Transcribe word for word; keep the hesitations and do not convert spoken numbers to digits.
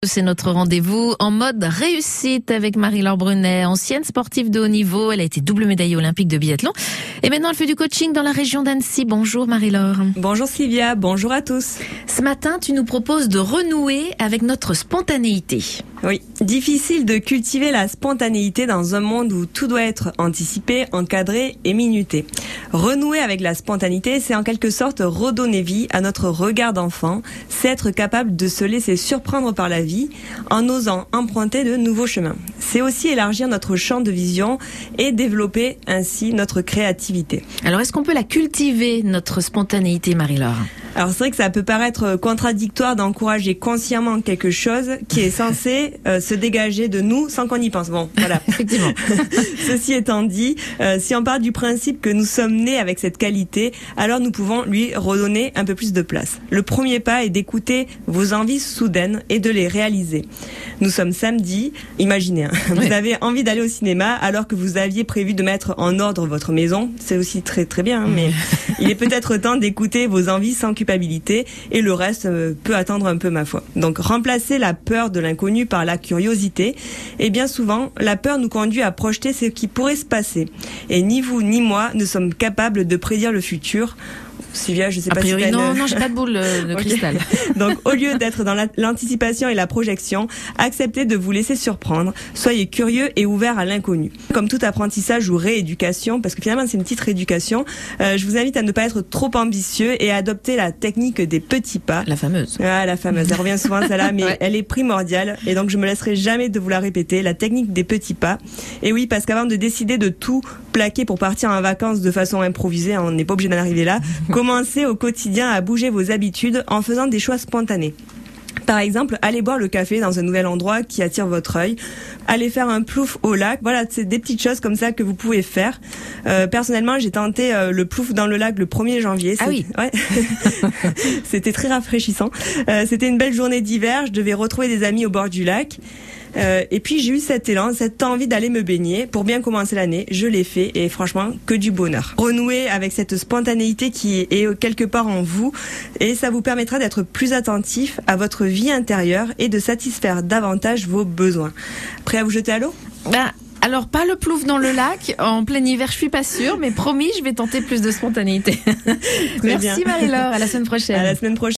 C'est notre rendez-vous en mode réussite avec Marie-Laure Brunet, ancienne sportive de haut niveau. Elle a été double médaillée olympique de biathlon. Et maintenant, elle fait du coaching dans la région d'Annecy. Bonjour Marie-Laure. Bonjour Sylvia, bonjour à tous. Ce matin, tu nous proposes de renouer avec notre spontanéité. Oui, difficile de cultiver la spontanéité dans un monde où tout doit être anticipé, encadré et minuté. Renouer avec la spontanéité, c'est en quelque sorte redonner vie à notre regard d'enfant. C'est être capable de se laisser surprendre par la vie en osant emprunter de nouveaux chemins. C'est aussi élargir notre champ de vision et développer ainsi notre créativité. Alors, est-ce qu'on peut la cultiver, notre spontanéité, Marie-Laure ? Alors c'est vrai que ça peut paraître contradictoire d'encourager consciemment quelque chose qui est censé euh, se dégager de nous sans qu'on y pense. Bon, voilà. Effectivement. Ceci étant dit, euh, si on part du principe que nous sommes nés avec cette qualité, alors nous pouvons lui redonner un peu plus de place. Le premier pas est d'écouter vos envies soudaines et de les réaliser. Nous sommes samedi, imaginez, hein, oui. Vous avez envie d'aller au cinéma alors que vous aviez prévu de mettre en ordre votre maison. C'est aussi très très bien, hein, mais il est peut-être temps d'écouter vos envies sans culpabilité et le reste euh, peut attendre un peu, ma foi. Donc remplacer la peur de l'inconnu par la curiosité. Et bien souvent, la peur nous conduit à projeter ce qui pourrait se passer. Et ni vous ni moi ne sommes capables de prédire le futur. Sylvia, je sais a pas priori, si t'as non, une... non, j'ai pas de boule de Okay. cristal. Donc, au lieu d'être dans la, l'anticipation et la projection, acceptez de vous laisser surprendre. Soyez curieux et ouverts à l'inconnu. Comme tout apprentissage ou rééducation, parce que finalement c'est une petite rééducation, euh, je vous invite à ne pas être trop ambitieux et à adopter la technique des petits pas. La fameuse. Ah, la fameuse. Elle revient souvent celle-là, mais ouais. Elle est primordiale et donc je me laisserai jamais de vous la répéter. La technique des petits pas. Et oui, parce qu'avant de décider de tout plaquer pour partir en vacances de façon improvisée, on n'est pas obligé d'en arriver là. Commencez au quotidien à bouger vos habitudes en faisant des choix spontanés. Par exemple, allez boire le café dans un nouvel endroit qui attire votre œil. Allez faire un plouf au lac. Voilà, c'est des petites choses comme ça que vous pouvez faire. Euh, personnellement, j'ai tenté euh, le plouf dans le lac le premier janvier. Ah oui. Ouais. C'était très rafraîchissant. Euh, c'était une belle journée d'hiver. Je devais retrouver des amis au bord du lac. Euh, et puis j'ai eu cet élan, cette envie d'aller me baigner pour bien commencer l'année. Je l'ai fait et franchement que du bonheur. Renouer avec cette spontanéité qui est quelque part en vous et ça vous permettra d'être plus attentif à votre vie intérieure et de satisfaire davantage vos besoins. Prêt à vous jeter à l'eau ? Ben, alors pas le plouf dans le lac en plein hiver, je suis pas sûre, mais promis, je vais tenter plus de spontanéité. Merci bien. Marie-Laure, à la semaine prochaine. À la semaine prochaine.